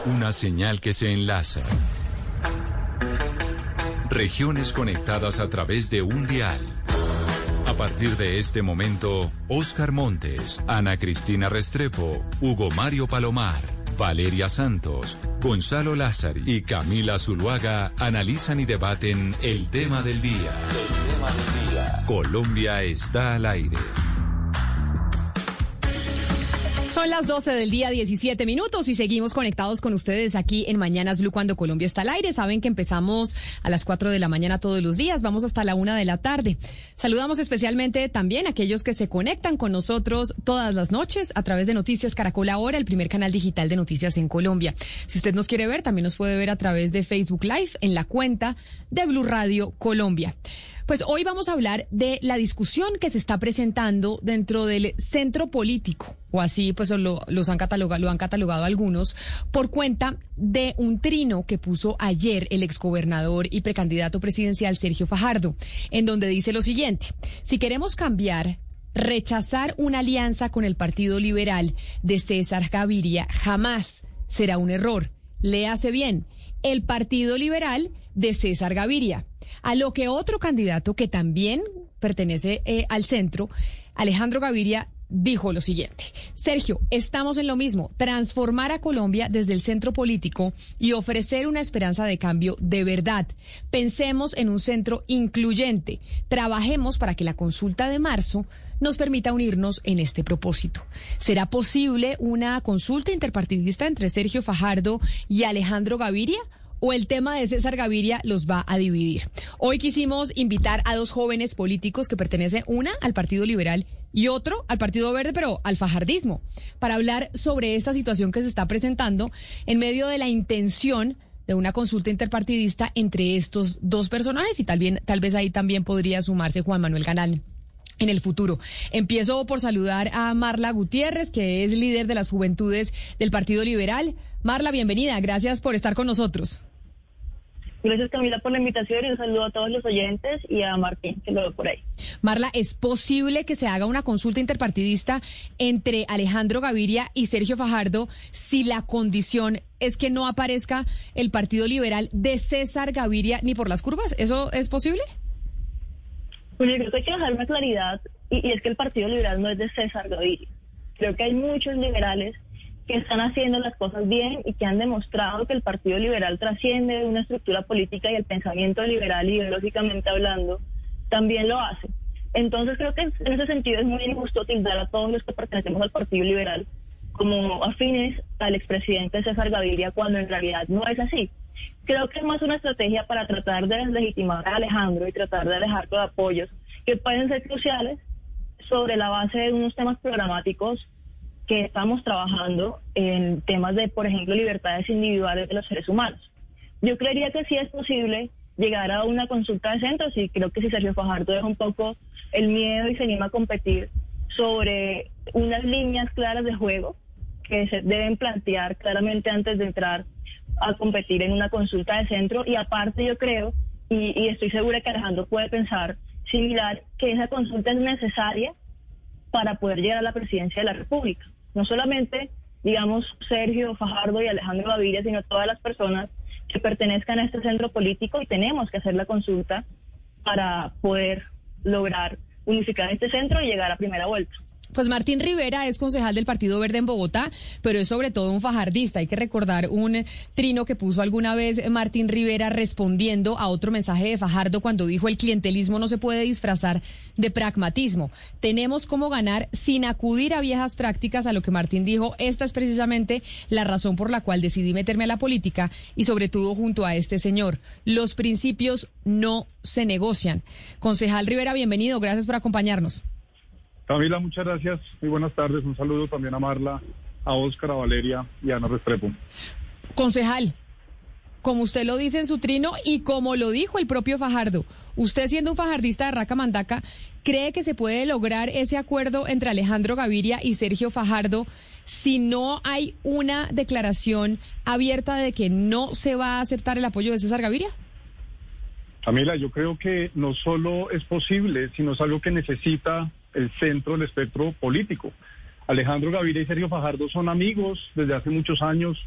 Una señal que se enlaza. Regiones conectadas a través de un dial. A partir de este momento, Óscar Montes, Ana Cristina Restrepo, Hugo Mario Palomar, Valeria Santos, Gonzalo Lázari y Camila Zuluaga analizan y debaten el tema del día. Colombia está al aire. Son las 12 del día, 17 minutos, y seguimos conectados con ustedes aquí en Mañanas Blue cuando Colombia está al aire. Saben que empezamos a las 4 de la mañana todos los días, vamos hasta la 1 de la tarde. Saludamos especialmente también a aquellos que se conectan con nosotros todas las noches a través de Noticias Caracol Ahora, el primer canal digital de noticias en Colombia. Si usted nos quiere ver, también nos puede ver a través de Facebook Live en la cuenta de Blue Radio Colombia. Pues hoy vamos a hablar de la discusión que se está presentando dentro del centro político, o así pues lo han catalogado algunos, por cuenta de un trino que puso ayer el exgobernador y precandidato presidencial Sergio Fajardo, en donde dice lo siguiente: si queremos cambiar, rechazar una alianza con el Partido Liberal de César Gaviria jamás será un error. Léase bien, el Partido Liberal de César Gaviria. A lo que otro candidato que también pertenece al centro, Alejandro Gaviria, dijo lo siguiente: Sergio, estamos en lo mismo, transformar a Colombia desde el centro político y ofrecer una esperanza de cambio de verdad. Pensemos en un centro incluyente, trabajemos para que la consulta de marzo nos permita unirnos en este propósito. ¿Será posible una consulta interpartidista entre Sergio Fajardo y Alejandro Gaviria? ¿O el tema de César Gaviria los va a dividir? Hoy quisimos invitar a dos jóvenes políticos que pertenecen, una al Partido Liberal y otro al Partido Verde, pero al fajardismo, para hablar sobre esta situación que se está presentando en medio de la intención de una consulta interpartidista entre estos dos personajes, y tal vez ahí también podría sumarse Juan Manuel Galán en el futuro. Empiezo por saludar a Marla Gutiérrez, que es líder de las juventudes del Partido Liberal. Marla, bienvenida, gracias por estar con nosotros. Gracias, Camila, por la invitación, y un saludo a todos los oyentes y a Martín, que lo veo por ahí. Marla, ¿es posible que se haga una consulta interpartidista entre Alejandro Gaviria y Sergio Fajardo si la condición es que no aparezca el Partido Liberal de César Gaviria ni por las curvas? ¿Eso es posible? Pues yo creo que hay que dejar una claridad, y es que el Partido Liberal no es de César Gaviria. Creo que hay muchos liberales que están haciendo las cosas bien y que han demostrado que el Partido Liberal trasciende de una estructura política, y el pensamiento liberal, ideológicamente hablando, también lo hace. Entonces creo que en ese sentido es muy injusto tildar a todos los que pertenecemos al Partido Liberal como afines al expresidente César Gaviria, cuando en realidad no es así. Creo que es más una estrategia para tratar de deslegitimar a Alejandro y tratar de alejarlo de apoyos que pueden ser cruciales sobre la base de unos temas programáticos que estamos trabajando en temas de, por ejemplo, libertades individuales de los seres humanos. Yo creería que sí es posible llegar a una consulta de centros, y creo que si Sergio Fajardo deja un poco el miedo y se anima a competir sobre unas líneas claras de juego que se deben plantear claramente antes de entrar a competir en una consulta de centro. Y aparte yo creo, y estoy segura que Alejandro puede pensar similar, que esa consulta es necesaria para poder llegar a la presidencia de la República. No solamente, digamos, Sergio Fajardo y Alejandro Gaviria, sino todas las personas que pertenezcan a este centro político, y tenemos que hacer la consulta para poder lograr unificar este centro y llegar a primera vuelta. Pues Martín Rivera es concejal del Partido Verde en Bogotá, pero es sobre todo un fajardista. Hay que recordar un trino que puso alguna vez Martín Rivera respondiendo a otro mensaje de Fajardo cuando dijo: el clientelismo no se puede disfrazar de pragmatismo. Tenemos cómo ganar sin acudir a viejas prácticas, a lo que Martín dijo: esta es precisamente la razón por la cual decidí meterme a la política, y sobre todo junto a este señor. Los principios no se negocian. Concejal Rivera, bienvenido, gracias por acompañarnos. Camila, muchas gracias. Muy buenas tardes. Un saludo también a Marla, a Óscar, a Valeria y a Ana Restrepo. Concejal, como usted lo dice en su trino y como lo dijo el propio Fajardo, usted siendo un fajardista de raca mandaca, ¿cree que se puede lograr ese acuerdo entre Alejandro Gaviria y Sergio Fajardo si no hay una declaración abierta de que no se va a aceptar el apoyo de César Gaviria? Camila, yo creo que no solo es posible, sino es algo que necesita el centro del espectro político. Alejandro Gaviria y Sergio Fajardo son amigos desde hace muchos años,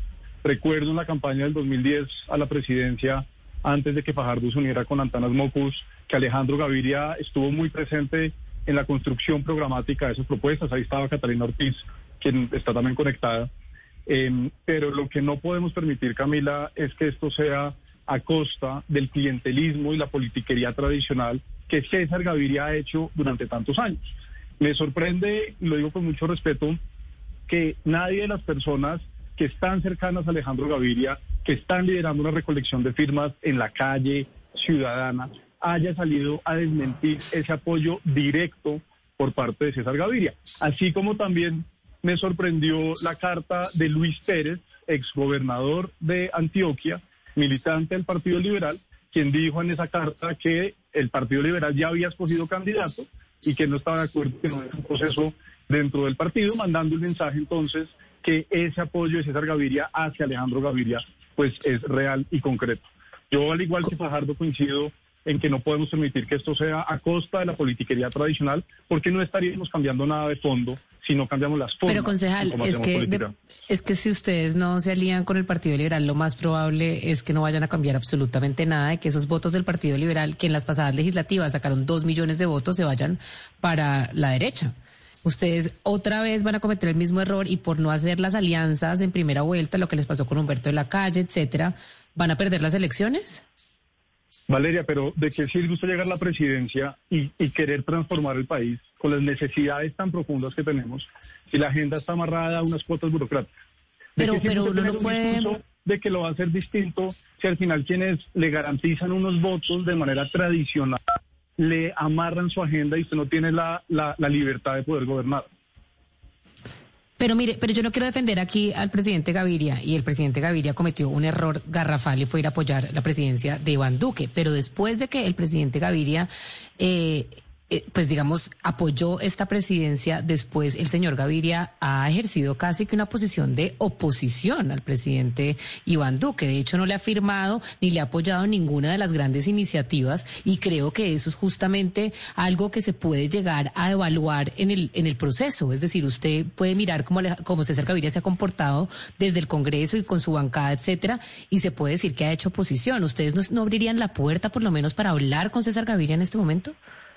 Recuerdo en la campaña del 2010 a la presidencia, antes de que Fajardo se uniera con Antanas Mocus, que Alejandro Gaviria estuvo muy presente en la construcción programática de esas propuestas. Ahí estaba Catalina Ortiz, quien está también conectada. Pero lo que no podemos permitir, Camila, es que esto sea a costa del clientelismo y la politiquería tradicional que César Gaviria ha hecho durante tantos años. Me sorprende, y lo digo con mucho respeto, que nadie de las personas que están cercanas a Alejandro Gaviria, que están liderando una recolección de firmas en la calle ciudadana, haya salido a desmentir ese apoyo directo por parte de César Gaviria. Así como también me sorprendió la carta de Luis Pérez, exgobernador de Antioquia, militante del Partido Liberal, quien dijo en esa carta que el Partido Liberal ya había escogido candidato y que no estaba de acuerdo, que no es un proceso dentro del partido, mandando el mensaje entonces que ese apoyo de César Gaviria hacia Alejandro Gaviria pues es real y concreto. Yo, al igual que Fajardo, coincido en que no podemos permitir que esto sea a costa de la politiquería tradicional, porque no estaríamos cambiando nada de fondo si no cambiamos las formas. Pero, concejal, es que si ustedes no se alían con el Partido Liberal, lo más probable es que no vayan a cambiar absolutamente nada, y que esos votos del Partido Liberal, que en las pasadas legislativas sacaron 2 millones de votos, se vayan para la derecha. Ustedes otra vez van a cometer el mismo error, y por no hacer las alianzas en primera vuelta, lo que les pasó con Humberto de la Calle, etcétera, ¿van a perder las elecciones? Valeria, pero ¿de qué sirve usted llegar a la presidencia y querer transformar el país con las necesidades tan profundas que tenemos si la agenda está amarrada a unas cuotas burocráticas? Pero uno no puede... De que lo va a hacer distinto si al final quienes le garantizan unos votos de manera tradicional le amarran su agenda y usted no tiene la libertad de poder gobernar. Pero mire, yo no quiero defender aquí al presidente Gaviria, y el presidente Gaviria cometió un error garrafal y fue ir a apoyar la presidencia de Iván Duque, pero después de que el presidente Gaviria pues digamos, apoyó esta presidencia, después el señor Gaviria ha ejercido casi que una posición de oposición al presidente Iván Duque. De hecho, no le ha firmado ni le ha apoyado ninguna de las grandes iniciativas, y creo que eso es justamente algo que se puede llegar a evaluar en el proceso. Es decir, usted puede mirar cómo César Gaviria se ha comportado desde el Congreso y con su bancada, etcétera, y se puede decir que ha hecho oposición. ¿Ustedes no abrirían la puerta por lo menos para hablar con César Gaviria en este momento?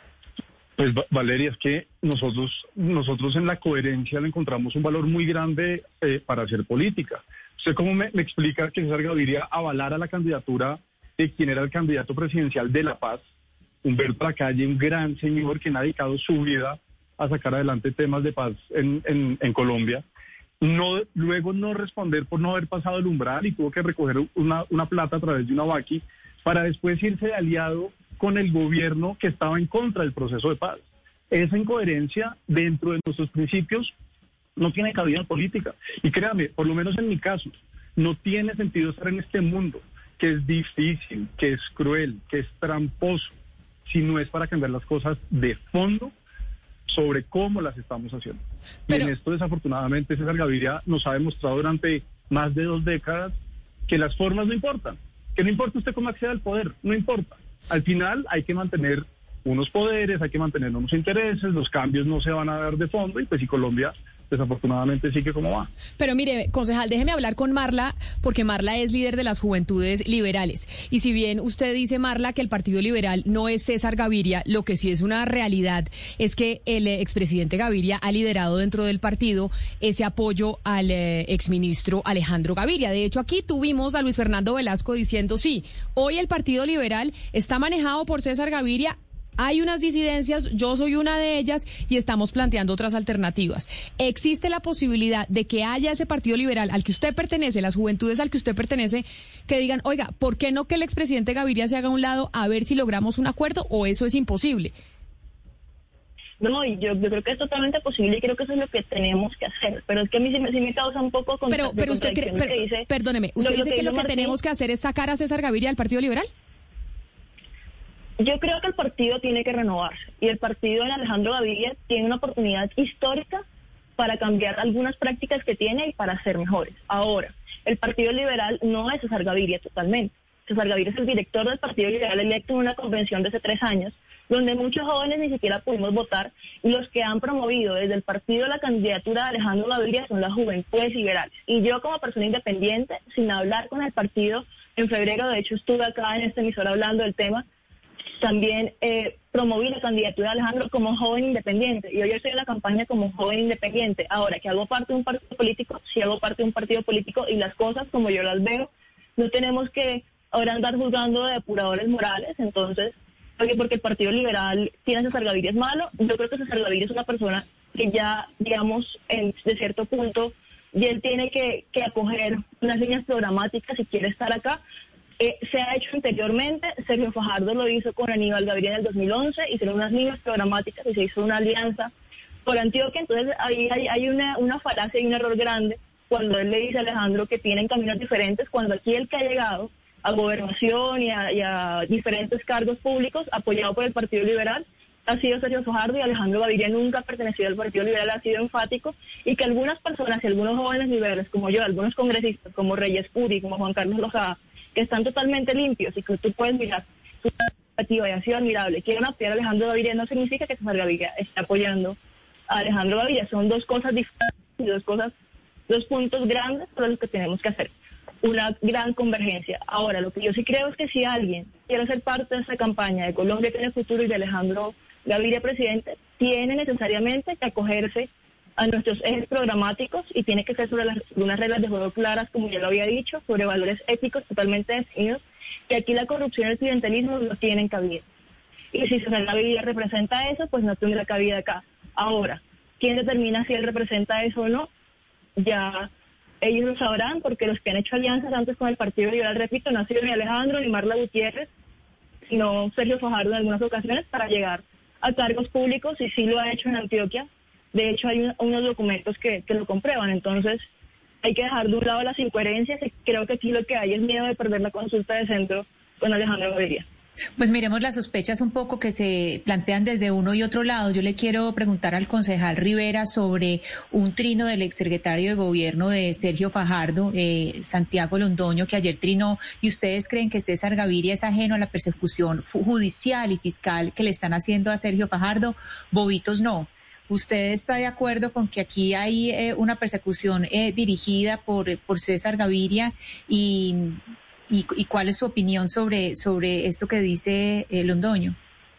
Pues Valeria, es que nosotros en la coherencia le encontramos un valor muy grande para hacer política. ¿Usted cómo me explica que César Gaviria avalara la candidatura de quien era el candidato presidencial de La Paz, Humberto Lacalle, un gran señor que ha dedicado su vida a sacar adelante temas de paz en Colombia? Luego no responder por no haber pasado el umbral y tuvo que recoger una plata a través de una vaqui para después irse de aliado con el gobierno que estaba en contra del proceso de paz. Esa incoherencia dentro de nuestros principios no tiene cabida en política. Y créame, por lo menos en mi caso, no tiene sentido estar en este mundo que es difícil, que es cruel, que es tramposo, si no es para cambiar las cosas de fondo sobre cómo las estamos haciendo. Pero... Y en esto, desafortunadamente, César Gaviria nos ha demostrado durante más de 2 décadas que las formas no importan, que no importa usted cómo acceda al poder, no importa. Al final hay que mantener unos poderes, hay que mantener unos intereses, los cambios no se van a dar de fondo, y pues si Colombia desafortunadamente sí que como va. Pero mire, concejal, déjeme hablar con Marla, porque Marla es líder de las Juventudes Liberales. Y si bien usted dice, Marla, que el Partido Liberal no es César Gaviria, lo que sí es una realidad es que el expresidente Gaviria ha liderado dentro del partido ese apoyo al exministro Alejandro Gaviria. De hecho, aquí tuvimos a Luis Fernando Velasco diciendo, sí, hoy el Partido Liberal está manejado por César Gaviria. Hay unas disidencias, yo soy una de ellas, y estamos planteando otras alternativas. ¿Existe la posibilidad de que haya ese Partido Liberal al que usted pertenece, las juventudes al que usted pertenece, que digan, oiga, ¿por qué no que el expresidente Gaviria se haga a un lado a ver si logramos un acuerdo, o eso es imposible? No, y yo creo que es totalmente posible, y creo que eso es lo que tenemos que hacer. Pero es que a mí sí me causa un poco pero usted cree, perdóneme, ¿usted dice que lo que tenemos que hacer es sacar a César Gaviria del Partido Liberal? Yo creo que el partido tiene que renovarse, y el partido de Alejandro Gaviria tiene una oportunidad histórica para cambiar algunas prácticas que tiene y para ser mejores. Ahora, el Partido Liberal no es César Gaviria totalmente. César Gaviria es el director del Partido Liberal electo en una convención de hace 3 años, donde muchos jóvenes ni siquiera pudimos votar, y los que han promovido desde el partido la candidatura de Alejandro Gaviria son las juventudes liberales. Y yo como persona independiente, sin hablar con el partido, en febrero de hecho estuve acá en esta emisora hablando del tema, también promoví la candidatura de Alejandro como joven independiente, y hoy estoy en la campaña como joven independiente. Ahora, que hago parte de un partido político, sí hago parte de un partido político, y las cosas como yo las veo, no tenemos que ahora andar juzgando de depuradores morales. Entonces, porque el Partido Liberal tiene a César Gaviria es malo, yo creo que César Gaviria es una persona que ya, digamos, de cierto punto, y él tiene que acoger unas líneas programáticas si quiere estar acá. Se ha hecho anteriormente, Sergio Fajardo lo hizo con Aníbal Gaviria en el 2011, hicieron unas líneas programáticas y se hizo una alianza por Antioquia. Entonces ahí hay una falacia y un error grande cuando él le dice a Alejandro que tienen caminos diferentes, cuando aquí el que ha llegado a gobernación y a diferentes cargos públicos apoyado por el Partido Liberal ha sido Sergio Fajardo, y Alejandro Gaviria nunca ha pertenecido al Partido Liberal, ha sido enfático, y que algunas personas y algunos jóvenes liberales como yo, algunos congresistas como Reyes Puri, como Juan Carlos Lozada, que están totalmente limpios y que tú puedes mirar su iniciativa y ha sido admirable, quieren apoyar a Alejandro Gaviria, no significa que César Gaviria esté apoyando a Alejandro Gaviria. Son dos cosas diferentes y dos puntos grandes por los que tenemos que hacer una gran convergencia. Ahora, lo que yo sí creo es que si alguien quiere ser parte de esta campaña de Colombia tiene futuro y de Alejandro Gaviria presidente, tiene necesariamente que acogerse a nuestros ejes programáticos, y tiene que ser sobre unas reglas de juego claras, como ya lo había dicho, sobre valores éticos totalmente definidos, que aquí la corrupción y el clientelismo no tienen cabida. Y si César Gaviria representa eso, pues no tendrá cabida acá. Ahora, ¿quién determina si él representa eso o no? Ya ellos lo sabrán, porque los que han hecho alianzas antes con el Partido Liberal, repito, no ha sido ni Alejandro ni Marla Gutiérrez, sino Sergio Fajardo en algunas ocasiones para llegar a cargos públicos, y sí lo ha hecho en Antioquia. De hecho, hay unos documentos que lo comprueban. Entonces, hay que dejar de un lado las incoherencias, y creo que aquí lo que hay es miedo de perder la consulta de centro con Alejandro Gaviria. Pues miremos las sospechas un poco que se plantean desde uno y otro lado. Yo le quiero preguntar al concejal Rivera sobre un trino del exsecretario de Gobierno de Sergio Fajardo, Santiago Londoño, que ayer trinó. ¿Y ustedes creen que César Gaviria es ajeno a la persecución judicial y fiscal que le están haciendo a Sergio Fajardo? Bobitos no. ¿Usted está de acuerdo con que aquí hay una persecución dirigida por César Gaviria? ¿Y cuál es su opinión sobre esto que dice Londoño?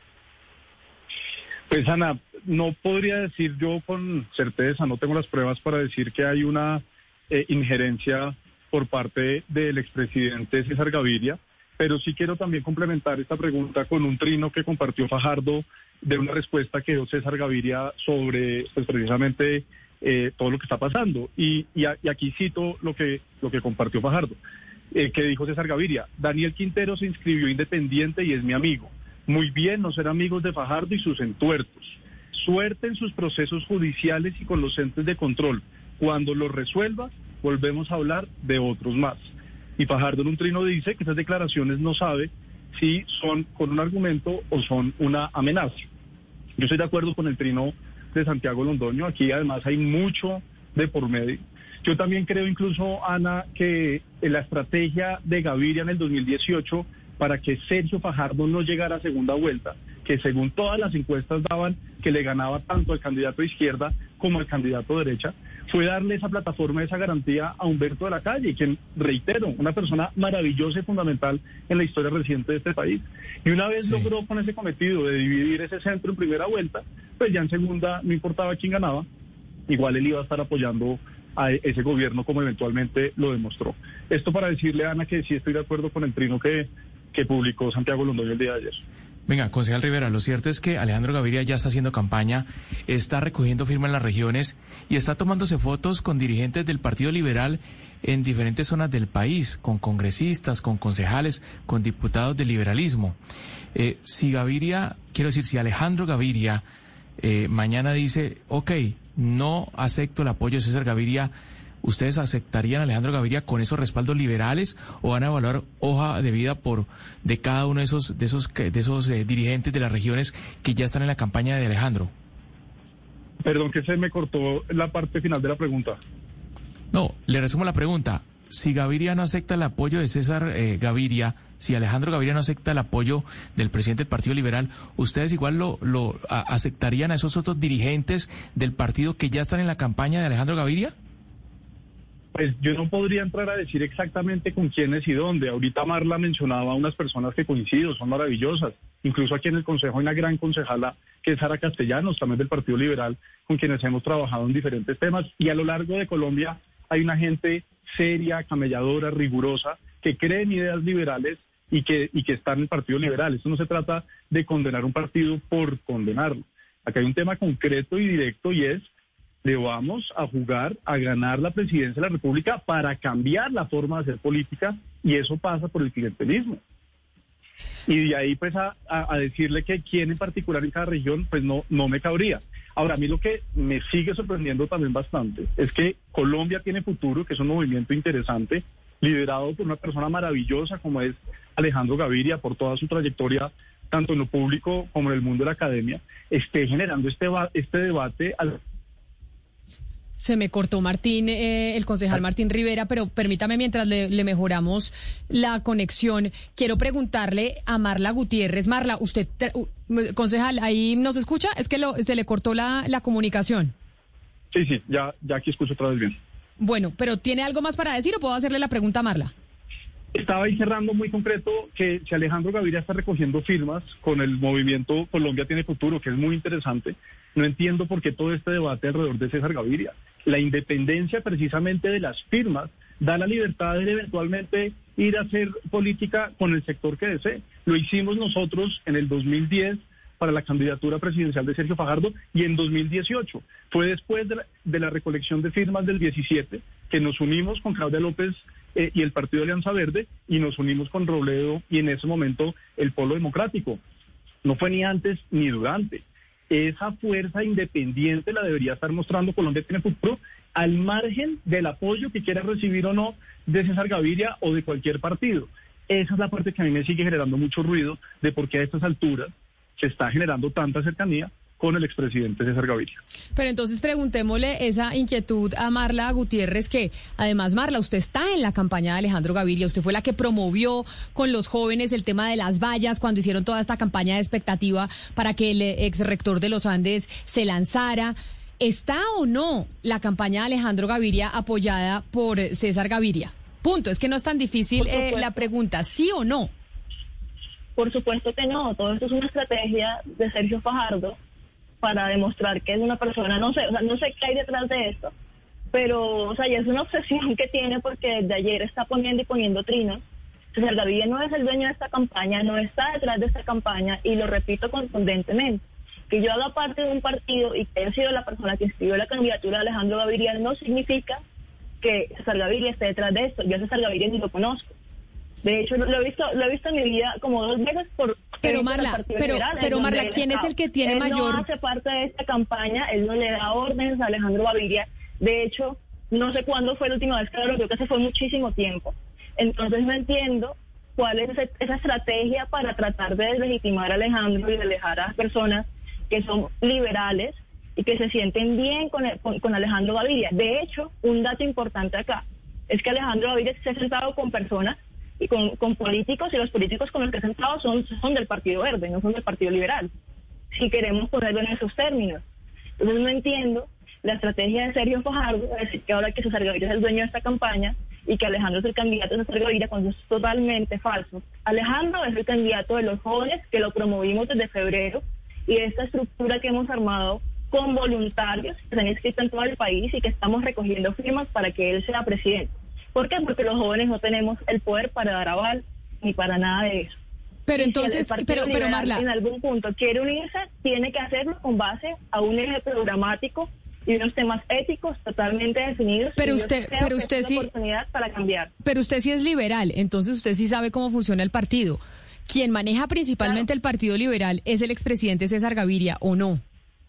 Pues, Ana, no podría decir yo con certeza, no tengo las pruebas para decir que hay una injerencia por parte del expresidente César Gaviria, pero sí quiero también complementar esta pregunta con un trino que compartió Fajardo de una respuesta que dio César Gaviria sobre, pues, precisamente todo lo que está pasando. Y aquí cito lo que compartió Fajardo. Que dijo César Gaviria: Daniel Quintero se inscribió independiente y es mi amigo. Muy bien no ser amigos de Fajardo y sus entuertos. Suerte en sus procesos judiciales y con los entes de control. Cuando los resuelva, volvemos a hablar de otros más. Y Fajardo en un trino dice que esas declaraciones no sabe si son con un argumento o son una amenaza. Yo estoy de acuerdo con el trino de Santiago Londoño. Aquí además hay mucho de por medio. Yo también creo incluso, Ana, que la estrategia de Gaviria en el 2018 para que Sergio Fajardo no llegara a segunda vuelta, que según todas las encuestas daban que le ganaba tanto al candidato de izquierda como al candidato de derecha, fue darle esa plataforma, esa garantía a Humberto de la Calle, quien, reitero, una persona maravillosa y fundamental en la historia reciente de este país. Y una vez logró con ese cometido de dividir ese centro en primera vuelta, pues ya en segunda no importaba quién ganaba, igual él iba a estar apoyando a ese gobierno como eventualmente lo demostró. Esto para decirle, Ana, que sí estoy de acuerdo con el trino que publicó Santiago Londoño el día de ayer. Venga, concejal Rivera, lo cierto es que Alejandro Gaviria ya está haciendo campaña, está recogiendo firmas en las regiones y está tomándose fotos con dirigentes del Partido Liberal en diferentes zonas del país, con congresistas, con concejales, con diputados del liberalismo. Si Alejandro Gaviria mañana dice, ok, no acepto el apoyo de César Gaviria, ¿ustedes aceptarían a Alejandro Gaviria con esos respaldos liberales o van a evaluar hoja de vida de cada uno de esos dirigentes de las regiones que ya están en la campaña de Alejandro? Perdón, que se me cortó la parte final de la pregunta. No, le resumo la pregunta. si Gaviria no acepta el apoyo de César Gaviria, si Alejandro Gaviria no acepta el apoyo del presidente del Partido Liberal, ¿ustedes igual lo aceptarían a esos otros dirigentes del partido que ya están en la campaña de Alejandro Gaviria? Pues yo no podría entrar a decir exactamente con quiénes y dónde. Ahorita Marla mencionaba a unas personas que coincido, son maravillosas. Incluso aquí en el Consejo hay una gran concejala que es Sara Castellanos, también del Partido Liberal, con quienes hemos trabajado en diferentes temas. Y a lo largo de Colombia hay una gente seria, camelladora, rigurosa, que cree en ideas liberales y que está en el Partido Liberal. Esto no se trata de condenar un partido por condenarlo. Acá hay un tema concreto y directo y es: le vamos a jugar a ganar la presidencia de la República para cambiar la forma de hacer política, y eso pasa por el clientelismo. Y de ahí pues a decirle que quién en particular en cada región, pues no me cabría. Ahora, a mí lo que me sigue sorprendiendo también bastante es que Colombia tiene futuro, que es un movimiento interesante, liderado por una persona maravillosa como es Alejandro Gaviria, por toda su trayectoria, tanto en lo público como en el mundo de la academia, esté generando este debate Se me cortó Martín, el concejal Martín Rivera, pero permítame, mientras le mejoramos la conexión, quiero preguntarle a Marla Gutiérrez. Marla, usted, concejal, ¿ahí nos escucha? Es que se le cortó la comunicación. Sí, ya aquí escucho otra vez bien. Bueno, pero ¿tiene algo más para decir o puedo hacerle la pregunta a Marla? Estaba ahí cerrando muy concreto que si Alejandro Gaviria está recogiendo firmas con el movimiento Colombia Tiene Futuro, que es muy interesante, no entiendo por qué todo este debate alrededor de César Gaviria. La independencia precisamente de las firmas da la libertad de eventualmente ir a hacer política con el sector que desee. Lo hicimos nosotros en el 2010 para la candidatura presidencial de Sergio Fajardo y en 2018. Fue después de la recolección de firmas del 17 que nos unimos con Claudia López y el Partido Alianza Verde, y nos unimos con Robledo y en ese momento el Polo Democrático. No fue ni antes ni durante. Esa fuerza independiente la debería estar mostrando Colombia Tiene Futuro, al margen del apoyo que quiera recibir o no de César Gaviria o de cualquier partido. Esa es la parte que a mí me sigue generando mucho ruido de por qué a estas alturas se está generando tanta cercanía con el expresidente César Gaviria. Pero entonces preguntémosle esa inquietud a Marla Gutiérrez, que además, Marla, usted está en la campaña de Alejandro Gaviria, usted fue la que promovió con los jóvenes el tema de las vallas cuando hicieron toda esta campaña de expectativa para que el ex rector de los Andes se lanzara. ¿Está o no la campaña de Alejandro Gaviria apoyada por César Gaviria? Punto, es que no es tan difícil la pregunta, ¿sí o no? Por supuesto que no, todo esto es una estrategia de Sergio Fajardo para demostrar que es una persona, no sé qué hay detrás de esto, pero, ya es una obsesión que tiene, porque desde ayer está poniendo trinos. César Gaviria no es el dueño de esta campaña, no está detrás de esta campaña, y lo repito contundentemente. Que yo haga parte de un partido y que haya sido la persona que escribió la candidatura de Alejandro Gaviria no significa que César Gaviria esté detrás de esto. Yo a César Gaviria ni lo conozco. De hecho, lo he visto en mi vida como 2 veces Pero Marla, ¿quién es el que tiene mayor? Él no hace parte de esta campaña, él no le da órdenes a Alejandro Gaviria. De hecho, no sé cuándo fue la última vez que lo creo que hace fue muchísimo tiempo. Entonces no entiendo cuál es esa estrategia para tratar de deslegitimar a Alejandro y de alejar a las personas que son liberales y que se sienten bien con Alejandro Gaviria. De hecho, un dato importante acá es que Alejandro Gaviria se ha sentado con personas y con políticos, y los políticos con los que se han sentado son del Partido Verde, no son del Partido Liberal, si queremos ponerlo en esos términos. Entonces no entiendo la estrategia de Sergio Fajardo de decir que ahora que César Gaviria es el dueño de esta campaña y que Alejandro es el candidato de César Gaviria, cuando es totalmente falso. Alejandro es el candidato de los jóvenes, que lo promovimos desde febrero, y esta estructura que hemos armado con voluntarios que se han inscrito en todo el país y que estamos recogiendo firmas para que él sea presidente. ¿Por qué? Porque los jóvenes no tenemos el poder para dar aval ni para nada de eso. Pero entonces, si pero Marla, en algún punto quiere unirse, tiene que hacerlo con base a un eje programático y unos temas éticos totalmente definidos. Pero usted sí, oportunidad para cambiar. Pero usted sí es liberal, entonces usted sí sabe cómo funciona el partido. Quien maneja principalmente el Partido Liberal es el expresidente César Gaviria, ¿o no?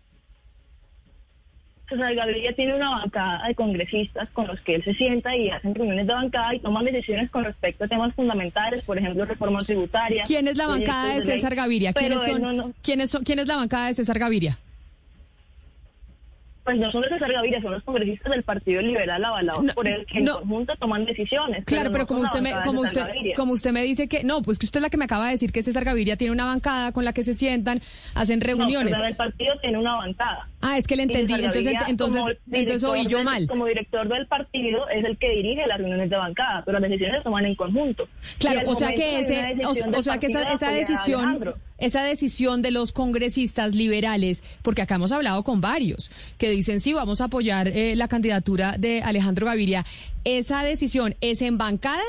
César Gaviria tiene una bancada de congresistas con los que él se sienta y hacen reuniones de bancada y toman decisiones con respecto a temas fundamentales, por ejemplo, reforma tributaria. ¿Quién es la bancada de César Gaviria? ¿Quién es la bancada de César Gaviria? pues no son de César Gaviria, son los congresistas del Partido Liberal avalados por él, que en conjunto toman decisiones. Claro, pero como usted me dice que no, pues que usted es la que me acaba de decir que César Gaviria tiene una bancada con la que se sientan, hacen reuniones. No, el partido tiene una bancada. Ah, es que le entendí, entonces oí yo mal. Como director del partido es el que dirige las reuniones de bancada, pero las decisiones se toman en conjunto. Claro, o sea que esa decisión de los congresistas liberales, porque acá hemos hablado con varios que dicen sí, vamos a apoyar la candidatura de Alejandro Gaviria, ¿esa decisión es en bancada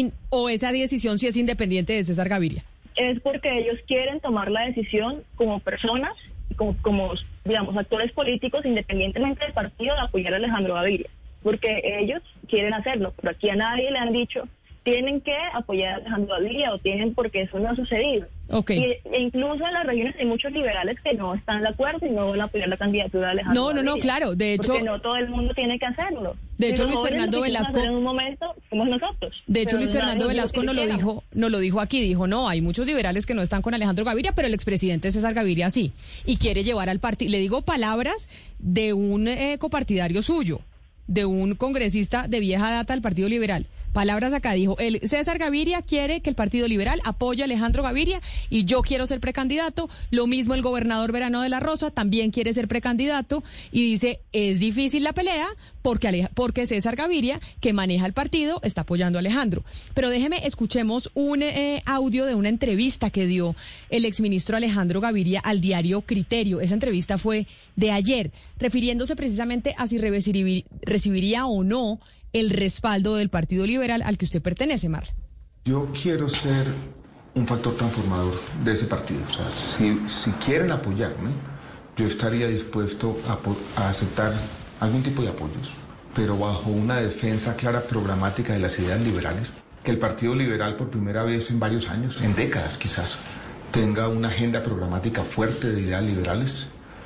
o esa decisión sí es independiente de César Gaviria? Es porque ellos quieren tomar la decisión como personas, como digamos, actores políticos, independientemente del partido, de apoyar a Alejandro Gaviria, porque ellos quieren hacerlo, pero aquí a nadie le han dicho tienen que apoyar a Alejandro Gaviria o tienen, porque eso no ha sucedido. Okay. E incluso en las regiones hay muchos liberales que no están de acuerdo y no van a apoyar la candidatura de Alejandro Gaviria. No, claro, de hecho... Porque no todo el mundo tiene que hacerlo. De hecho, Luis Fernando Velasco... En un momento somos nosotros. De hecho, Luis Fernando Velasco nos lo dijo aquí, dijo, no, hay muchos liberales que no están con Alejandro Gaviria, pero el expresidente César Gaviria sí, y quiere llevar al partido... Le digo palabras de un copartidario suyo, de un congresista de vieja data del Partido Liberal. Palabras acá, dijo, el César Gaviria quiere que el Partido Liberal apoye a Alejandro Gaviria y yo quiero ser precandidato. Lo mismo el gobernador Verano de la Rosa también quiere ser precandidato y dice, es difícil la pelea porque César Gaviria, que maneja el partido, está apoyando a Alejandro. Pero escuchemos un audio de una entrevista que dio el exministro Alejandro Gaviria al diario Criterio. Esa entrevista fue de ayer, refiriéndose precisamente a si recibiría o no el respaldo del Partido Liberal al que usted pertenece, Mar. Yo quiero ser un factor transformador de ese partido. O sea, si quieren apoyarme, yo estaría dispuesto a aceptar algún tipo de apoyos, pero bajo una defensa clara programática de las ideas liberales, que el Partido Liberal por primera vez en varios años, en décadas quizás, tenga una agenda programática fuerte de ideas liberales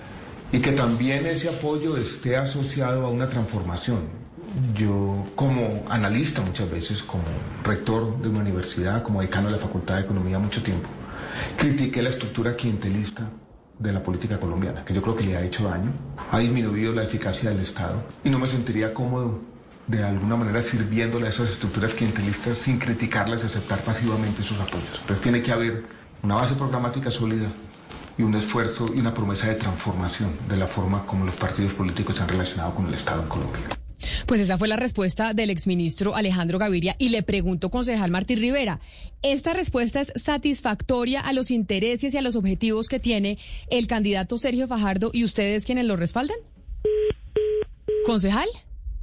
y que también ese apoyo esté asociado a una transformación. Yo, como analista muchas veces, como rector de una universidad, como decano de la Facultad de Economía mucho tiempo, critiqué la estructura clientelista de la política colombiana, que yo creo que le ha hecho daño, ha disminuido la eficacia del Estado y no me sentiría cómodo de alguna manera sirviéndole a esas estructuras clientelistas sin criticarlas y aceptar pasivamente sus apoyos. Entonces tiene que haber una base programática sólida y un esfuerzo y una promesa de transformación de la forma como los partidos políticos se han relacionado con el Estado en Colombia. Pues esa fue la respuesta del exministro Alejandro Gaviria y le preguntó, concejal Martín Rivera, ¿esta respuesta es satisfactoria a los intereses y a los objetivos que tiene el candidato Sergio Fajardo y ustedes quienes lo respaldan? ¿Concejal?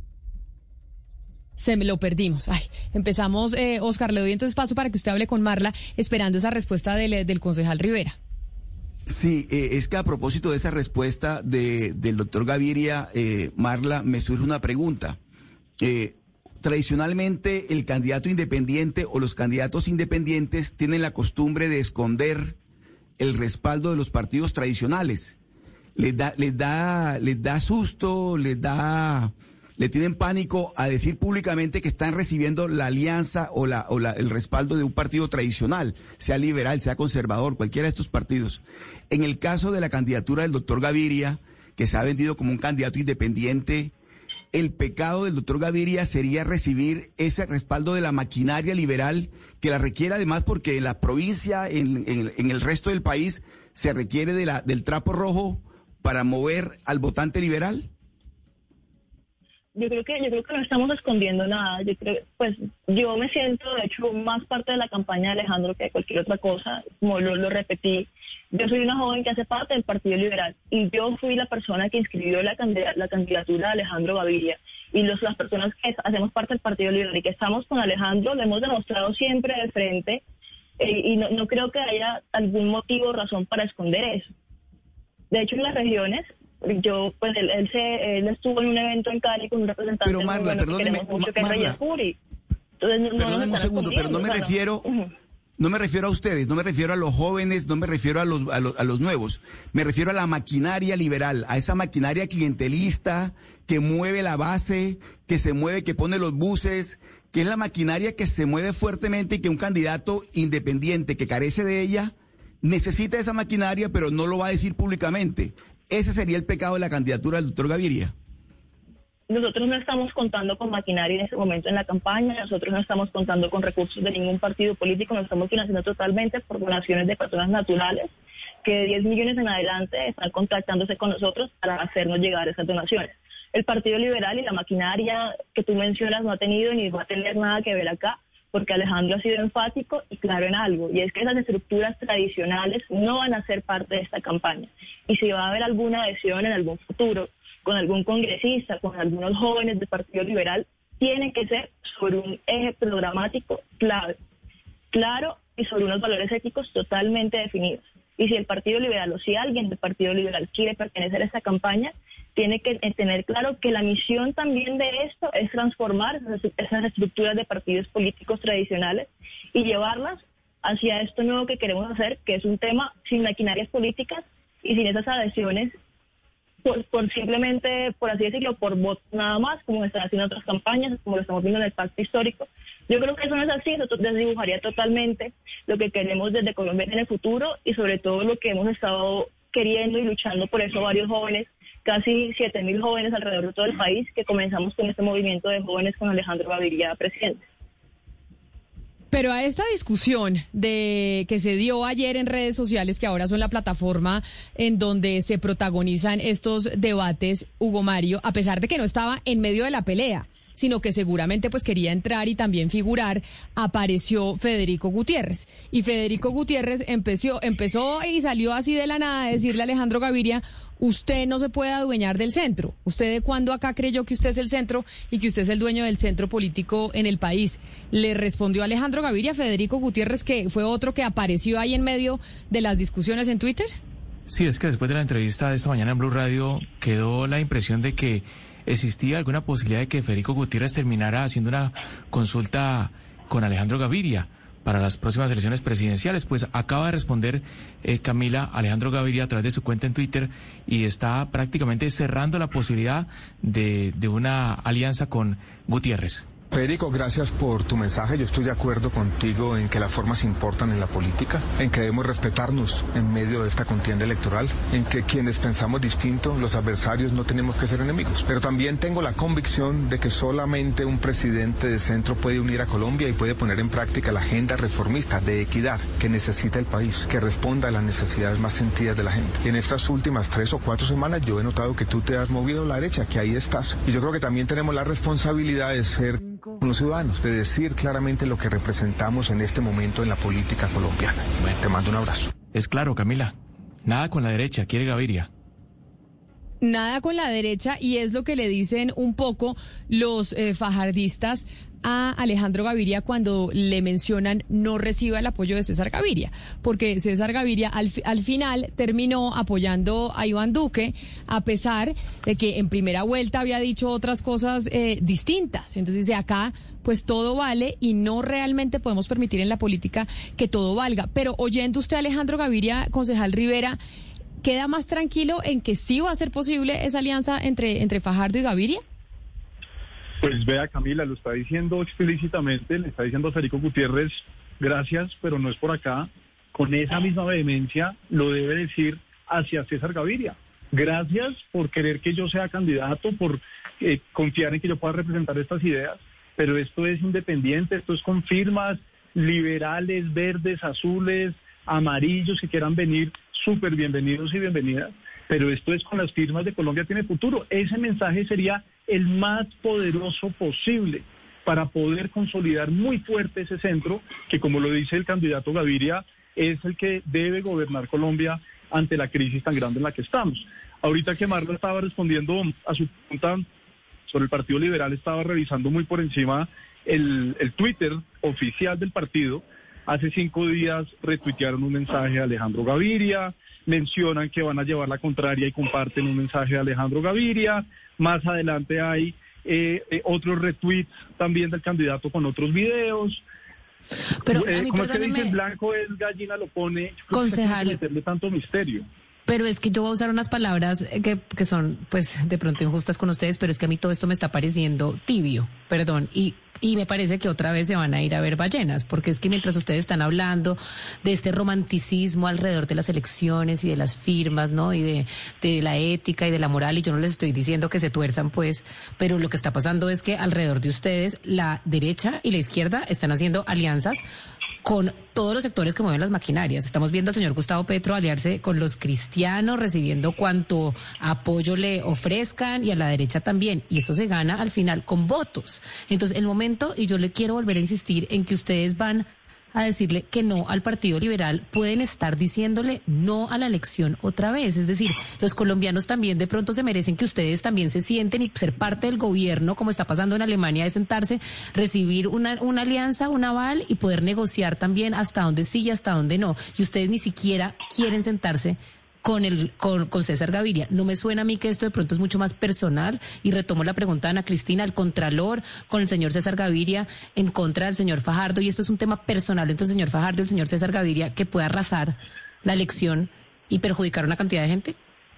Se me lo perdimos. Ay, empezamos, Oscar, le doy entonces paso para que usted hable con Marla, esperando esa respuesta del concejal Rivera. Sí, es que a propósito de esa respuesta del doctor Gaviria, Marla, me surge una pregunta. Tradicionalmente el candidato independiente o los candidatos independientes tienen la costumbre de esconder el respaldo de los partidos tradicionales. Les da susto, le tienen pánico a decir públicamente que están recibiendo la alianza o el respaldo de un partido tradicional, sea liberal, sea conservador, cualquiera de estos partidos. En el caso de la candidatura del doctor Gaviria, que se ha vendido como un candidato independiente, el pecado del doctor Gaviria sería recibir ese respaldo de la maquinaria liberal, que la requiere además porque en la provincia, en el resto del país, se requiere del trapo rojo para mover al votante liberal. Yo creo que no estamos escondiendo nada. Yo me siento, de hecho, más parte de la campaña de Alejandro que de cualquier otra cosa. Como lo repetí, yo soy una joven que hace parte del Partido Liberal y yo fui la persona que inscribió la candidatura de Alejandro Gaviria. Y las personas que hacemos parte del Partido Liberal y que estamos con Alejandro lo hemos demostrado siempre de frente y no creo que haya algún motivo o razón para esconder eso. De hecho, en las regiones, él estuvo en un evento en Cali con un representante. Pero Marla, perdóneme, Marla, perdóneme un segundo, pero no me refiero a ustedes, no me refiero a los jóvenes, no me refiero a los nuevos, me refiero a la maquinaria liberal, a esa maquinaria clientelista que mueve la base, que se mueve, que pone los buses, que es la maquinaria que se mueve fuertemente y que un candidato independiente que carece de ella necesita esa maquinaria, pero no lo va a decir públicamente. Ese sería el pecado de la candidatura del doctor Gaviria. Nosotros no estamos contando con maquinaria en ese momento en la campaña, nosotros no estamos contando con recursos de ningún partido político, nos estamos financiando totalmente por donaciones de personas naturales que de 10 millones en adelante están contactándose con nosotros para hacernos llegar esas donaciones. El Partido Liberal y la maquinaria que tú mencionas no ha tenido ni va a tener nada que ver acá, porque Alejandro ha sido enfático y claro en algo, y es que esas estructuras tradicionales no van a ser parte de esta campaña. Y si va a haber alguna adhesión en algún futuro, con algún congresista, con algunos jóvenes del Partido Liberal, tiene que ser sobre un eje programático claro y sobre unos valores éticos totalmente definidos. Y si el Partido Liberal o si alguien del Partido Liberal quiere pertenecer a esta campaña, tiene que tener claro que la misión también de esto es transformar esas estructuras de partidos políticos tradicionales y llevarlas hacia esto nuevo que queremos hacer, que es un tema sin maquinarias políticas y sin esas adhesiones por simplemente, por así decirlo, por voto nada más, como están haciendo otras campañas, como lo estamos viendo en el pacto histórico. Yo creo que eso no es así, eso desdibujaría totalmente lo que queremos desde Colombia en el futuro y sobre todo lo que hemos estado queriendo y luchando por eso varios jóvenes, casi 7.000 jóvenes alrededor de todo el país, que comenzamos con este movimiento de jóvenes con Alejandro Gaviria presidente. Pero a esta discusión de que se dio ayer en redes sociales, que ahora son la plataforma en donde se protagonizan estos debates, Hugo Mario, a pesar de que no estaba en medio de la pelea, sino que seguramente pues quería entrar y también figurar, apareció Federico Gutiérrez. Y Federico Gutiérrez empezó y salió así de la nada a decirle a Alejandro Gaviria: usted no se puede adueñar del centro. ¿Usted de cuándo acá creyó que usted es el centro y que usted es el dueño del centro político en el país? Le respondió Alejandro Gaviria a Federico Gutiérrez, que fue otro que apareció ahí en medio de las discusiones en Twitter. Sí, es que después de la entrevista de esta mañana en Blue Radio quedó la impresión de que existía alguna posibilidad de que Federico Gutiérrez terminara haciendo una consulta con Alejandro Gaviria para las próximas elecciones presidenciales. Pues acaba de responder Camila, Alejandro Gaviria, a través de su cuenta en Twitter, y está prácticamente cerrando la posibilidad de una alianza con Gutiérrez. Federico, gracias por tu mensaje. Yo estoy de acuerdo contigo en que las formas importan en la política, en que debemos respetarnos en medio de esta contienda electoral, en que quienes pensamos distinto, los adversarios, no tenemos que ser enemigos. Pero también tengo la convicción de que solamente un presidente de centro puede unir a Colombia y puede poner en práctica la agenda reformista de equidad que necesita el país, que responda a las necesidades más sentidas de la gente. Y en estas últimas 3 o 4 semanas yo he notado que tú te has movido a la derecha, que ahí estás. Y yo creo que también tenemos la responsabilidad de ser con los ciudadanos, de decir claramente lo que representamos en este momento en la política colombiana. Bueno, te mando un abrazo. Es claro, Camila, nada con la derecha, quiere Gaviria. Nada con la derecha, y es lo que le dicen un poco los fajardistas a Alejandro Gaviria cuando le mencionan no reciba el apoyo de César Gaviria, porque César Gaviria al final terminó apoyando a Iván Duque, a pesar de que en primera vuelta había dicho otras cosas distintas. Entonces dice, acá pues todo vale y no realmente podemos permitir en la política que todo valga. Pero oyendo usted a Alejandro Gaviria, concejal Rivera, ¿queda más tranquilo en que sí va a ser posible esa alianza entre Fajardo y Gaviria? Pues vea, Camila, lo está diciendo explícitamente, le está diciendo a Federico Gutiérrez, gracias, pero no es por acá. Con esa misma vehemencia lo debe decir hacia César Gaviria. Gracias por querer que yo sea candidato, por confiar en que yo pueda representar estas ideas, pero esto es independiente, esto es con firmas liberales, verdes, azules, amarillos que quieran venir, súper bienvenidos y bienvenidas, pero esto es con las firmas de Colombia Tiene Futuro. Ese mensaje sería el más poderoso posible para poder consolidar muy fuerte ese centro, que como lo dice el candidato Gaviria, es el que debe gobernar Colombia ante la crisis tan grande en la que estamos. Ahorita que Marla estaba respondiendo a su pregunta sobre el Partido Liberal, estaba revisando muy por encima el Twitter oficial del partido. Hace 5 días retuitearon un mensaje a Alejandro Gaviria, mencionan que van a llevar la contraria y comparten un mensaje de Alejandro Gaviria. Más adelante hay otros retweets también del candidato con otros videos. Pero como es que dicen, blanco es gallina lo pone, concejal, meterle tanto misterio. Pero es que yo voy a usar unas palabras que son, pues, de pronto injustas con ustedes, pero es que a mí todo esto me está pareciendo tibio, perdón. Y Y me parece que otra vez se van a ir a ver ballenas, porque es que mientras ustedes están hablando de este romanticismo alrededor de las elecciones y de las firmas, ¿no? Y de la ética y de la moral, y yo no les estoy diciendo que se tuerzan, pues, pero lo que está pasando es que alrededor de ustedes, la derecha y la izquierda están haciendo alianzas con todos los sectores que mueven las maquinarias. Estamos viendo al señor Gustavo Petro aliarse con los cristianos, recibiendo cuanto apoyo le ofrezcan, y a la derecha también. Y esto se gana al final con votos. Entonces, el momento, y yo le quiero volver a insistir en que ustedes van a decirle que no al Partido Liberal, pueden estar diciéndole no a la elección otra vez. Es decir, los colombianos también de pronto se merecen que ustedes también se sienten y ser parte del gobierno, como está pasando en Alemania, de sentarse, recibir una alianza, un aval y poder negociar también hasta dónde sí y hasta dónde no. Y ustedes ni siquiera quieren sentarse con César Gaviria. No me suena a mí que esto de pronto es mucho más personal, y retomo la pregunta de Ana Cristina, el contralor con el señor César Gaviria en contra del señor Fajardo, y esto es un tema personal entre el señor Fajardo y el señor César Gaviria que puede arrasar la elección y perjudicar a una cantidad de gente.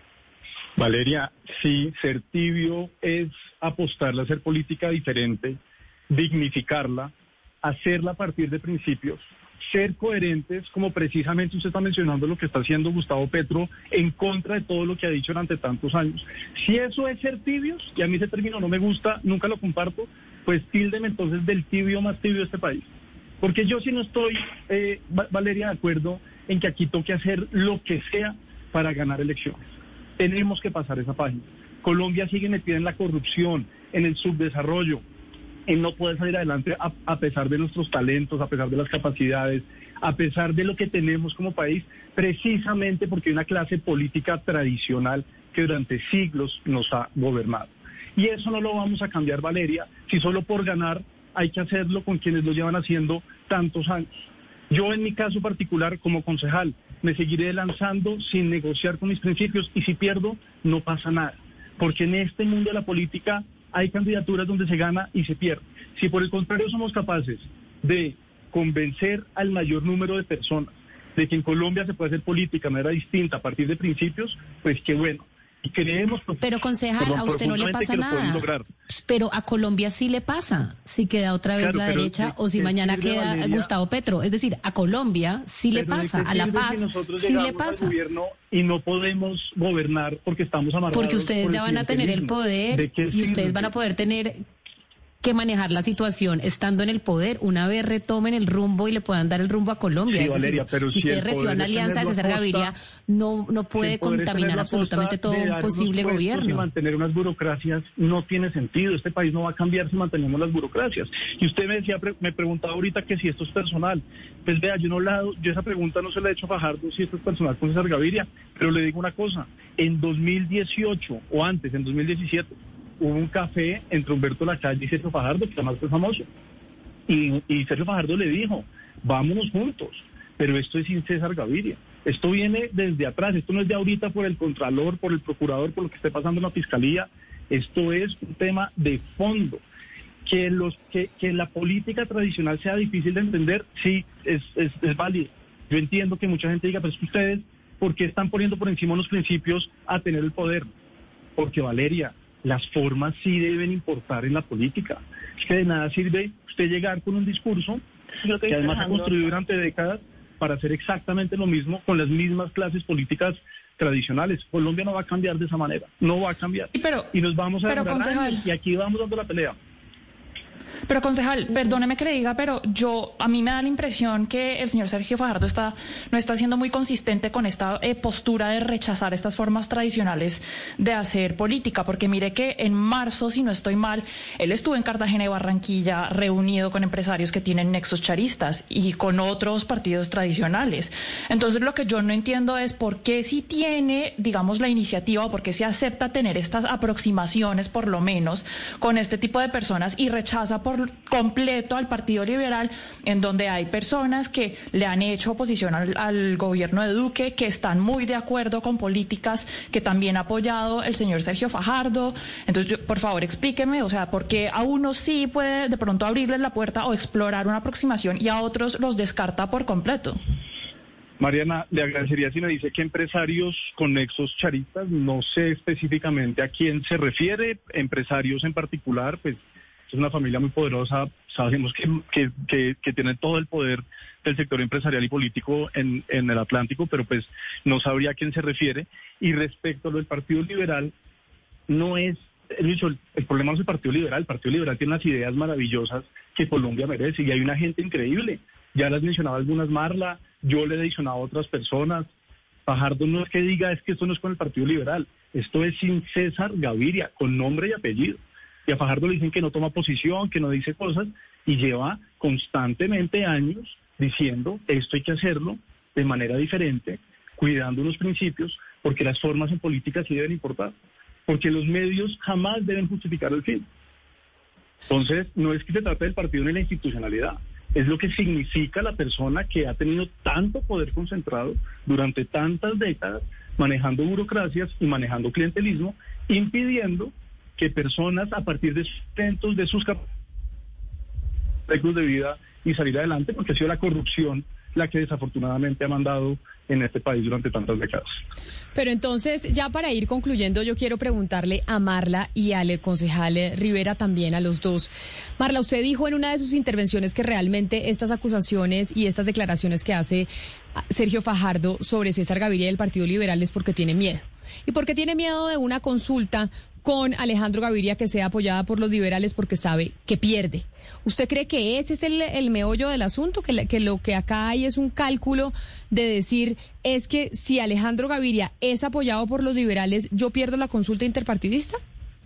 Valeria, sí, ser tibio es apostarle a hacer política diferente, dignificarla, hacerla a partir de principios, ser coherentes, como precisamente usted está mencionando lo que está haciendo Gustavo Petro en contra de todo lo que ha dicho durante tantos años. Si eso es ser tibios, y a mí ese término no me gusta, nunca lo comparto, pues tíldeme entonces del tibio más tibio de este país. Porque yo sí no estoy, Valeria, de acuerdo en que aquí toque hacer lo que sea para ganar elecciones. Tenemos que pasar esa página. Colombia sigue metida en la corrupción, en el subdesarrollo, en no poder salir adelante a pesar de nuestros talentos, a pesar de las capacidades, a pesar de lo que tenemos como país, precisamente porque hay una clase política tradicional que durante siglos nos ha gobernado. Y eso no lo vamos a cambiar, Valeria, si solo por ganar hay que hacerlo con quienes lo llevan haciendo tantos años. Yo, en mi caso particular, como concejal, me seguiré lanzando sin negociar con mis principios, y si pierdo, no pasa nada, porque en este mundo de la política hay candidaturas donde se gana y se pierde. Si por el contrario somos capaces de convencer al mayor número de personas de que en Colombia se puede hacer política de manera distinta a partir de principios, pues qué bueno. Y creemos... Pero, concejal, a usted no le pasa nada. Pero a Colombia sí le pasa, si queda otra vez la derecha o si mañana queda Valeria, Gustavo Petro. Es decir, a Colombia sí le pasa, a La Paz sí le pasa. Y no podemos gobernar porque estamos amarrados. Porque ustedes ya van a tener el poder y ustedes van a poder tener que manejar la situación estando en el poder, una vez retomen el rumbo y le puedan dar el rumbo a Colombia. Sí, Valeria, pero si usted recibe una alianza de César Gaviria, no puede contaminar absolutamente todo un posible gobierno. Y mantener unas burocracias no tiene sentido. Este país no va a cambiar si mantenemos las burocracias. Y usted me preguntaba ahorita que si esto es personal. Pues vea, yo esa pregunta no se la he hecho a Fajardo si esto es personal con César Gaviria, pero le digo una cosa, en 2018 o antes, en 2017, hubo un café entre Humberto Lacalle y Sergio Fajardo, que además fue famoso. Y Sergio Fajardo le dijo, vámonos juntos. Pero esto es sin César Gaviria. Esto viene desde atrás. Esto no es de ahorita por el contralor, por el procurador, por lo que esté pasando en la fiscalía. Esto es un tema de fondo. Que la política tradicional sea difícil de entender, sí, es válido. Yo entiendo que mucha gente diga, pero es que ustedes, ¿por qué están poniendo por encima los principios a tener el poder? Porque, Valeria, las formas sí deben importar en la política. Es que de nada sirve usted llegar con un discurso que además ha construido durante décadas para hacer exactamente lo mismo con las mismas clases políticas tradicionales. Colombia no va a cambiar de esa manera, no va a cambiar. Y nos vamos a demorar años, y aquí vamos dando la pelea. Pero, concejal, perdóneme que le diga, pero a mí me da la impresión que el señor Sergio Fajardo no está siendo muy consistente con esta postura de rechazar estas formas tradicionales de hacer política, porque mire que en marzo, si no estoy mal, él estuvo en Cartagena y Barranquilla reunido con empresarios que tienen nexos charistas y con otros partidos tradicionales. Entonces, lo que yo no entiendo es por qué si tiene, digamos, la iniciativa, o por qué se acepta tener estas aproximaciones, por lo menos, con este tipo de personas, y rechaza por completo al Partido Liberal, en donde hay personas que le han hecho oposición al gobierno de Duque, que están muy de acuerdo con políticas que también ha apoyado el señor Sergio Fajardo. Entonces, por favor, explíqueme, o sea, ¿por qué a unos sí puede de pronto abrirles la puerta o explorar una aproximación y a otros los descarta por completo? Mariana, le agradecería si me dice que empresarios con nexos charistas, no sé específicamente a quién se refiere, empresarios en particular, pues es una familia muy poderosa, sabemos que tiene todo el poder del sector empresarial y político en el Atlántico, pero pues no sabría a quién se refiere. Y respecto a lo del Partido Liberal, no es, el problema no es el Partido Liberal tiene unas ideas maravillosas que Colombia merece, y hay una gente increíble. Ya las mencionaba algunas, Marla, yo le he adicionado a otras personas. Fajardo no es que diga, es que esto no es con el Partido Liberal, esto es sin César Gaviria, con nombre y apellido. Y a Fajardo le dicen que no toma posición, que no dice cosas, y lleva constantemente años diciendo, esto hay que hacerlo de manera diferente, cuidando unos principios, porque las formas en política sí deben importar, porque los medios jamás deben justificar el fin. Entonces, no es que se trate del partido ni la institucionalidad, es lo que significa la persona que ha tenido tanto poder concentrado durante tantas décadas, manejando burocracias y manejando clientelismo, impidiendo que personas, a partir de sus intentos, de sus capacidades de vida y salir adelante, porque ha sido la corrupción la que desafortunadamente ha mandado en este país durante tantas décadas. Pero entonces, ya para ir concluyendo, yo quiero preguntarle a Marla y al concejal Rivera también, a los dos. Marla, usted dijo en una de sus intervenciones que realmente estas acusaciones y estas declaraciones que hace Sergio Fajardo sobre César Gaviria y el Partido Liberal es porque tiene miedo. Y porque tiene miedo de una consulta con Alejandro Gaviria que sea apoyada por los liberales porque sabe que pierde. ¿Usted cree que ese es el meollo del asunto? Que lo que acá hay es un cálculo de decir, es que si Alejandro Gaviria es apoyado por los liberales, ¿yo pierdo la consulta interpartidista?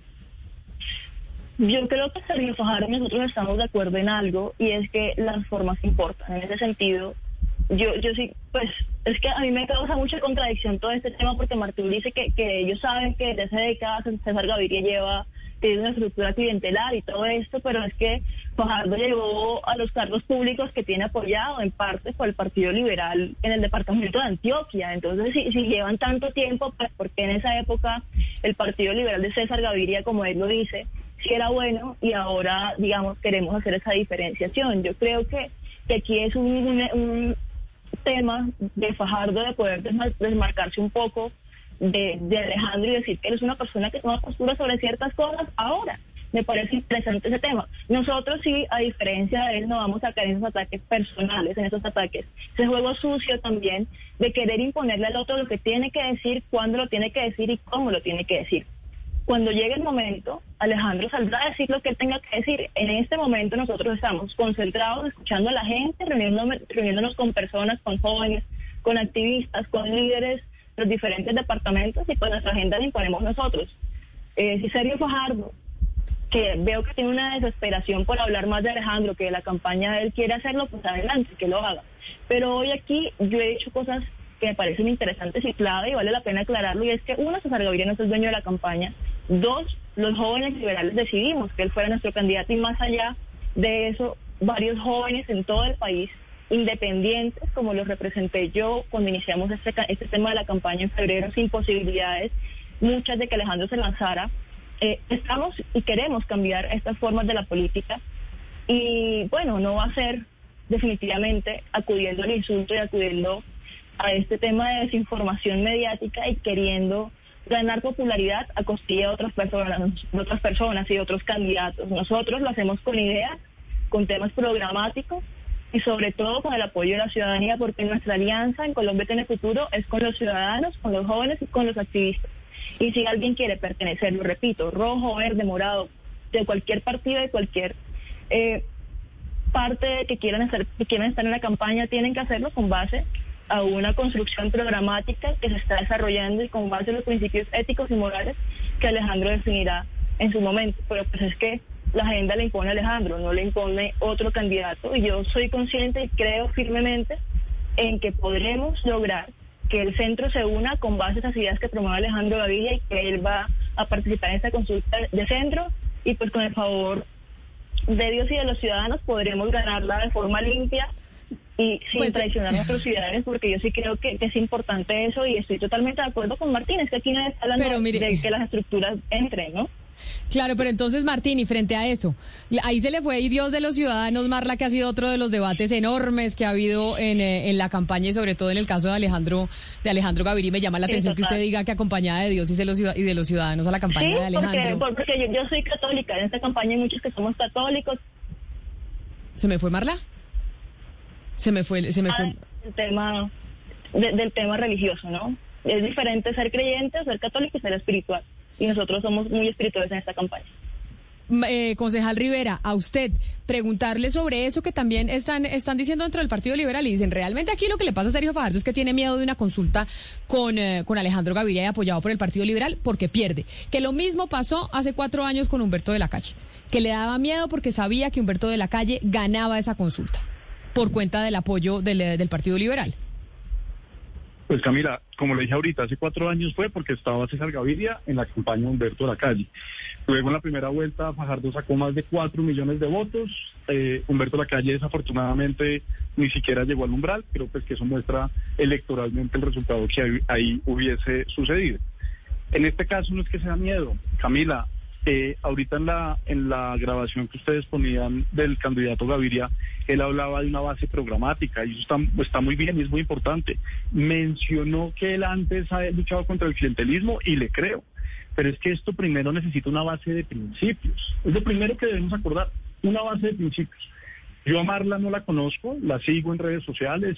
Yo creo que Sergio Fajardo y nosotros estamos de acuerdo en algo, y es que las formas importan. En ese sentido, yo sí, pues es que a mí me causa mucha contradicción todo este tema, porque Martín dice que ellos saben que desde hace décadas César Gaviria tiene una estructura clientelar y todo esto, pero es que Fajardo llegó a los cargos públicos que tiene apoyado en parte por el Partido Liberal en el departamento de Antioquia. Entonces, si llevan tanto tiempo, pues porque en esa época el Partido Liberal de César Gaviria, como él lo dice, sí era bueno, y ahora, digamos, queremos hacer esa diferenciación. Yo creo que aquí es un tema de Fajardo de poder desmarcarse un poco de Alejandro y decir que él es una persona que toma postura sobre ciertas cosas. Ahora, me parece interesante ese tema. Nosotros sí, a diferencia de él, no vamos a caer en esos ataques personales, en esos ataques. Ese juego sucio también de querer imponerle al otro lo que tiene que decir, cuándo lo tiene que decir y cómo lo tiene que decir. Cuando llegue el momento, Alejandro saldrá a decir lo que él tenga que decir. En este momento nosotros estamos concentrados, escuchando a la gente, reuniéndonos con personas, con jóvenes, con activistas, con líderes de los diferentes departamentos, y pues nuestra agenda la imponemos nosotros. Si Sergio Fajardo, que veo que tiene una desesperación por hablar más de Alejandro, que de la campaña de él quiere hacerlo, pues adelante, que lo haga. Pero hoy aquí yo he hecho cosas que me parecen interesantes y clave, y vale la pena aclararlo, y es que uno, César Gaviria no es el dueño de la campaña. Dos, los jóvenes liberales decidimos que él fuera nuestro candidato, y más allá de eso, varios jóvenes en todo el país, independientes, como los representé yo cuando iniciamos este tema de la campaña en febrero, sin posibilidades, muchas de que Alejandro se lanzara, estamos y queremos cambiar estas formas de la política, y bueno, no va a ser definitivamente acudiendo al insulto y acudiendo a este tema de desinformación mediática y queriendo ganar popularidad a costilla de otras personas y de otros candidatos. Nosotros lo hacemos con ideas, con temas programáticos y sobre todo con el apoyo de la ciudadanía, porque nuestra alianza en Colombia Tiene Futuro es con los ciudadanos, con los jóvenes y con los activistas. Y si alguien quiere pertenecer, lo repito, rojo, verde, morado, de cualquier partido, de cualquier parte que quieran estar en la campaña, tienen que hacerlo con base a una construcción programática que se está desarrollando y con base en los principios éticos y morales que Alejandro definirá en su momento. Pero pues es que la agenda la impone Alejandro, no le impone otro candidato, y yo soy consciente y creo firmemente en que podremos lograr que el centro se una con base a esas ideas que promueve Alejandro Gaviria, y que él va a participar en esta consulta de centro, y pues con el favor de Dios y de los ciudadanos podremos ganarla de forma limpia y sin traicionar a nuestros ciudadanos, porque yo sí creo que es importante eso, y estoy totalmente de acuerdo con Martín, es que aquí nadie está hablando de que las estructuras entren, ¿no? Claro, pero entonces, Martín, y frente a eso, ahí se le fue Dios de los ciudadanos, Marla, que ha sido otro de los debates enormes que ha habido en la campaña y sobre todo en el caso de Alejandro Gaviria. Me llama la atención que usted diga que acompañada de Dios y de los ciudadanos a la campaña de Alejandro. Porque yo soy católica, en esta campaña hay muchos que somos católicos. ¿Se me fue, Marla? Se me fue. El tema del tema religioso, ¿no? Es diferente ser creyente, ser católico y ser espiritual. Y nosotros somos muy espirituales en esta campaña. Concejal Rivera, a usted preguntarle sobre eso que también están diciendo dentro del Partido Liberal y dicen, realmente aquí lo que le pasa a Sergio Fajardo es que tiene miedo de una consulta con Alejandro Gaviria y apoyado por el Partido Liberal porque pierde. Que lo mismo pasó hace 4 años con Humberto de la Calle, que le daba miedo porque sabía que Humberto de la Calle ganaba esa consulta por cuenta del apoyo del Partido Liberal. Pues Camila, como le dije ahorita, hace 4 años fue porque estaba César Gaviria en la campaña de Humberto de la Calle. Luego en la primera vuelta Fajardo sacó más de 4 millones de votos. Humberto de la Calle desafortunadamente ni siquiera llegó al umbral, pero pues que eso muestra electoralmente el resultado que ahí hubiese sucedido. En este caso no es que sea miedo, Camila. Ahorita en la grabación que ustedes ponían del candidato Gaviria, él hablaba de una base programática y eso está muy bien y es muy importante. Mencionó que él antes ha luchado contra el clientelismo y le creo, pero es que esto primero necesita una base de principios. Es lo primero que debemos acordar, una base de principios. Yo a Marla no la conozco, la sigo en redes sociales,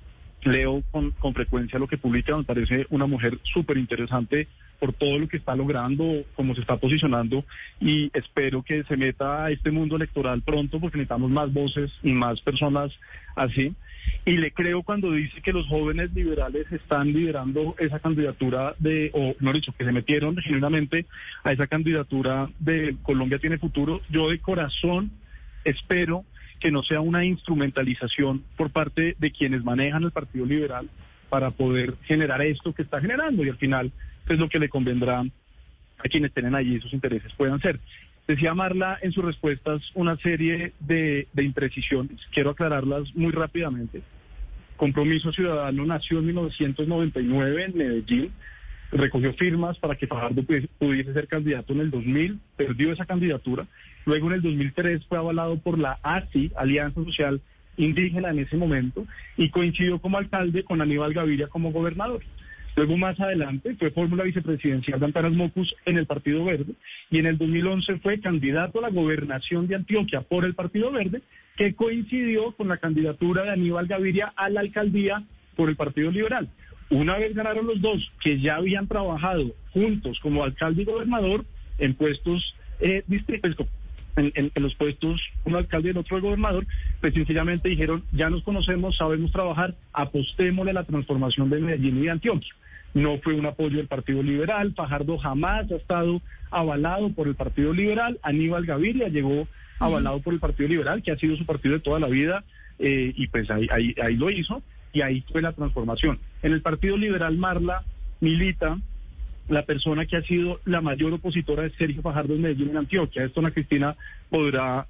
leo con frecuencia lo que publica, me parece una mujer súper interesante por todo lo que está logrando, cómo se está posicionando, y espero que se meta a este mundo electoral pronto porque necesitamos más voces y más personas así. Y le creo cuando dice que los jóvenes liberales están liderando esa candidatura o mejor dicho, que se metieron genuinamente a esa candidatura de Colombia Tiene Futuro. Yo de corazón espero que no sea una instrumentalización por parte de quienes manejan el Partido Liberal para poder generar esto que está generando y al final es lo que le convendrá a quienes tienen allí sus intereses puedan ser. Decía Marla en sus respuestas una serie de imprecisiones, quiero aclararlas muy rápidamente. Compromiso Ciudadano nació en 1999 en Medellín, recogió firmas para que Fajardo pudiese ser candidato en el 2000, perdió esa candidatura, luego en el 2003 fue avalado por la ASI, Alianza Social Indígena en ese momento, y coincidió como alcalde con Aníbal Gaviria como gobernador. Luego más adelante fue fórmula vicepresidencial de Antanas Mocus en el Partido Verde y en el 2011 fue candidato a la gobernación de Antioquia por el Partido Verde, que coincidió con la candidatura de Aníbal Gaviria a la alcaldía por el Partido Liberal. Una vez ganaron los dos, que ya habían trabajado juntos como alcalde y gobernador en puestos distritos, en los puestos uno alcalde y el otro el gobernador, pues sencillamente dijeron, ya nos conocemos, sabemos trabajar, apostémosle a la transformación de Medellín y de Antioquia. No fue un apoyo del Partido Liberal, Fajardo jamás ha estado avalado por el Partido Liberal, Aníbal Gaviria llegó avalado por el Partido Liberal, que ha sido su partido de toda la vida, y pues ahí lo hizo, y ahí fue la transformación. En el Partido Liberal, Marla milita la persona que ha sido la mayor opositora de Sergio Fajardo en Medellín y en Antioquia. Esto Ana Cristina podrá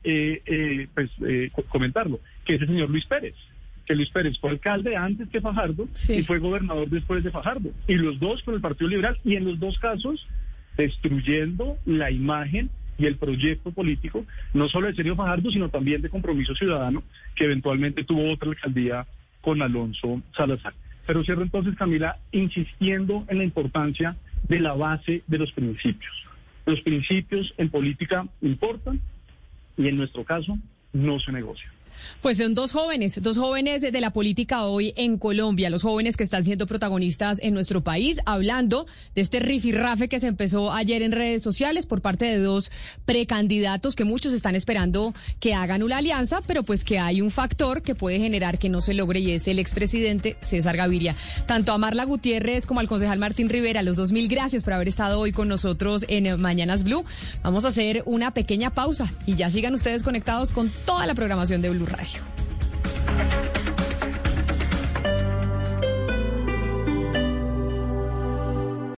comentarlo, que es el señor Luis Pérez. Que Luis Pérez fue alcalde antes que Fajardo y fue gobernador después de Fajardo. Y los dos con el Partido Liberal, y en los dos casos destruyendo la imagen y el proyecto político, no solo de Sergio Fajardo, sino también de Compromiso Ciudadano, que eventualmente tuvo otra alcaldía con Alonso Salazar. Pero cierro entonces, Camila, insistiendo en la importancia de la base de los principios. Los principios en política importan y en nuestro caso no se negocian. Pues son dos jóvenes de la política hoy en Colombia, los jóvenes que están siendo protagonistas en nuestro país, hablando de este rifirrafe que se empezó ayer en redes sociales por parte de dos precandidatos que muchos están esperando que hagan una alianza, pero pues que hay un factor que puede generar que no se logre y es el expresidente César Gaviria. Tanto a Marla Gutiérrez como al concejal Martín Rivera, los dos, mil gracias por haber estado hoy con nosotros en Mañanas Blue. Vamos a hacer una pequeña pausa y ya sigan ustedes conectados con toda la programación de Blue Radio.